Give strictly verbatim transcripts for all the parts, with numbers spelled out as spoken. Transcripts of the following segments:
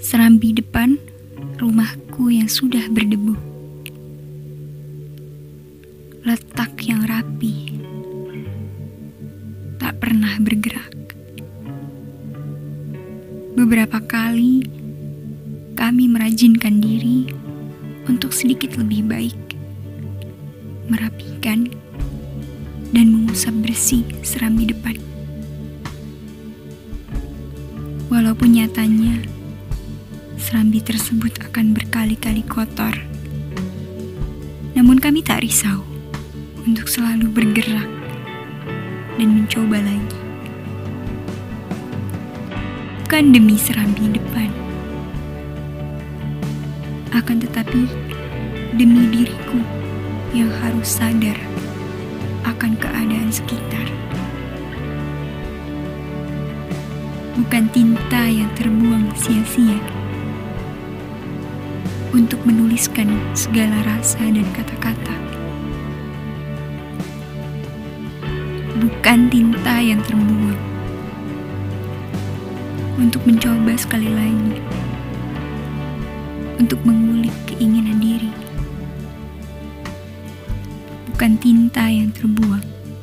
Serambi depan rumahku yang sudah berdebu. Letak yang rapi, tak pernah bergerak. Beberapa kali kami merajinkan diri untuk sedikit lebih baik, merapikan dan mengusap bersih serambi depan. Walaupun nyatanya serambi tersebut akan berkali-kali kotor, namun kami tak risau untuk selalu bergerak dan mencoba lagi. Bukan demi serambi depan, akan tetapi demi diriku yang harus sadar akan keadaan sekitar. Bukan tinta yang terbuang sia-sia untuk menuliskan segala rasa dan kata-kata. Bukan tinta yang terbuang untuk mencoba sekali lagi, untuk mengulik keinginan diri. Bukan tinta yang terbuang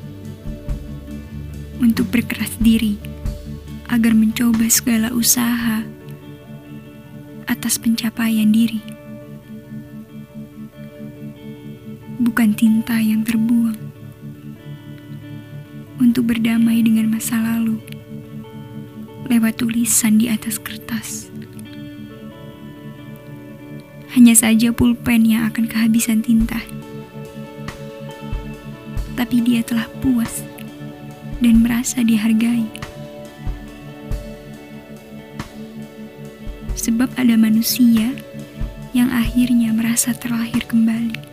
untuk berkeras diri agar mencoba segala usaha atas pencapaian diri. Bukan tinta yang terbuang untuk berdamai dengan masa lalu lewat tulisan di atas kertas. Hanya saja pulpen yang akan kehabisan tinta, tapi dia telah puas dan merasa dihargai. Sebab ada manusia yang akhirnya merasa terlahir kembali.